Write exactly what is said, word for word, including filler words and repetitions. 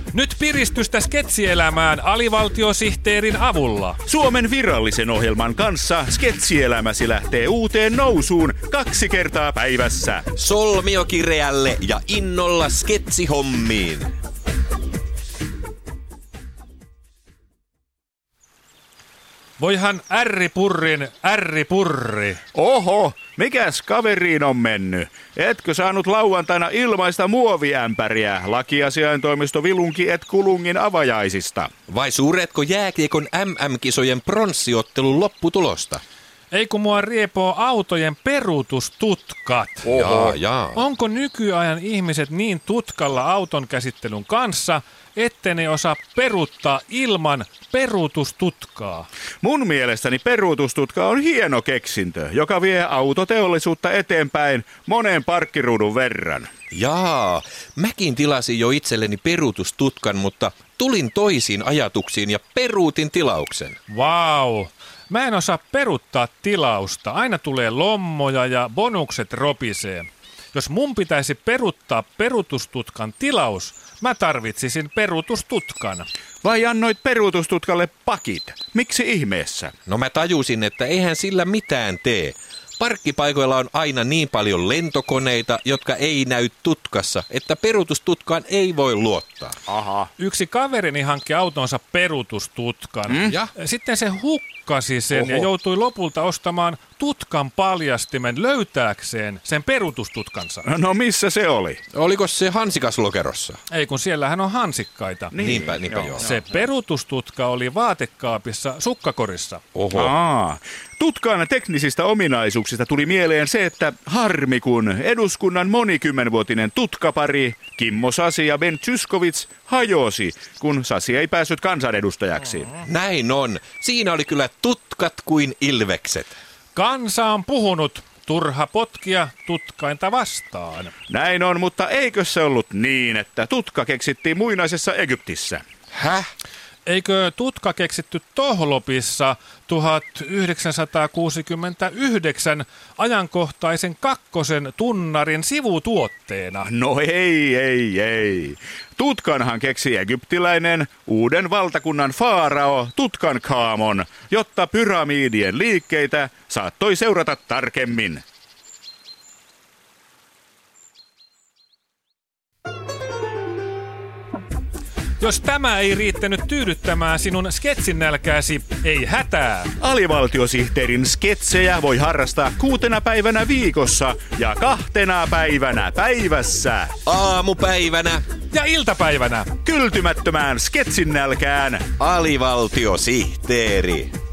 Nyt piristystä sketsielämään alivaltiosihteerin avulla. Suomen virallisen ohjelman kanssa sketsielämäsi lähtee uuteen nousuun kaksi kertaa päivässä. Solmiokireälle ja innolla sketsihommiin. Voihan ärripurrin ärripurri. Oho, mikäs kaveriin on mennyt? Etkö saanut lauantaina ilmaista muoviämpäriä lakiasiaintoimisto Vilunki et Kulungin avajaisista? Vai suuretko jääkiekon M M-kisojen pronssiottelun lopputulosta? Ei kun mua riepoo autojen peruutustutkat. Jaa, jaa. Onko nykyajan ihmiset niin tutkalla auton käsittelyn kanssa, ettei ne osaa peruuttaa ilman peruutustutkaa? Mun mielestäni peruutustutka on hieno keksintö, joka vie autoteollisuutta eteenpäin monen parkkiruudun verran. Jaa, mäkin tilasin jo itselleni peruutustutkan, mutta tulin toisiin ajatuksiin ja peruutin tilauksen. Vau! Mä en osaa peruuttaa tilausta. Aina tulee lommoja ja bonukset ropisee. Jos mun pitäisi peruuttaa peruutustutkan tilaus, mä tarvitsisin peruutustutkan. Vai annoit peruutustutkalle pakit? Miksi ihmeessä? No mä tajusin, että eihän sillä mitään tee. Parkkipaikoilla on aina niin paljon lentokoneita, jotka ei näy tutkassa, että peruutustutkaan ei voi luottaa. Aha. Yksi kaverini hankki autonsa peruutustutkan. Mm? Ja sitten se hukkasi sen Oho. ja joutui lopulta ostamaan tutkan paljastimen löytääkseen sen peruutustutkansa. No missä se oli? Oliko se hansikaslokerossa? Ei kun siellähän on hansikkaita. Niin. Niinpä, niinpä joo. joo. Se peruutustutka oli vaatekaapissa sukkakorissa. Oho. Aa. Tutkan teknisistä ominaisuuksista tuli mieleen se, että harmi kun eduskunnan monikymmenvuotinen tutkapari Kimmo Sasi ja Ben Zyskowicz hajosi, kun Sasi ei päässyt kansanedustajaksi. Näin on. Siinä oli kyllä tutkat kuin ilvekset. Kansa on puhunut. Turha potkia tutkainta vastaan. Näin on, mutta eikö se ollut niin, että tutka keksittiin muinaisessa Egyptissä? Häh? Eikö tutka keksitty Tohlopissa tuhatyhdeksänsataakuusikymmentäyhdeksän ajankohtaisen kakkosen tunnarin sivutuotteena? No ei, ei, ei. Tutkanhan keksi egyptiläinen uuden valtakunnan faarao Tutkankhamon, jotta pyramidien liikkeitä saattoi seurata tarkemmin. Jos tämä ei riittänyt tyydyttämään sinun skitsinnälkääsi, ei hätää. Alivaltiosihteerin sketsejä voi harrastaa kuutena päivänä viikossa ja kahtena päivänä päivässä. Aamupäivänä Ja iltapäivänä. Kyltymättömään sketsin nälkään alivaltiosihteeri.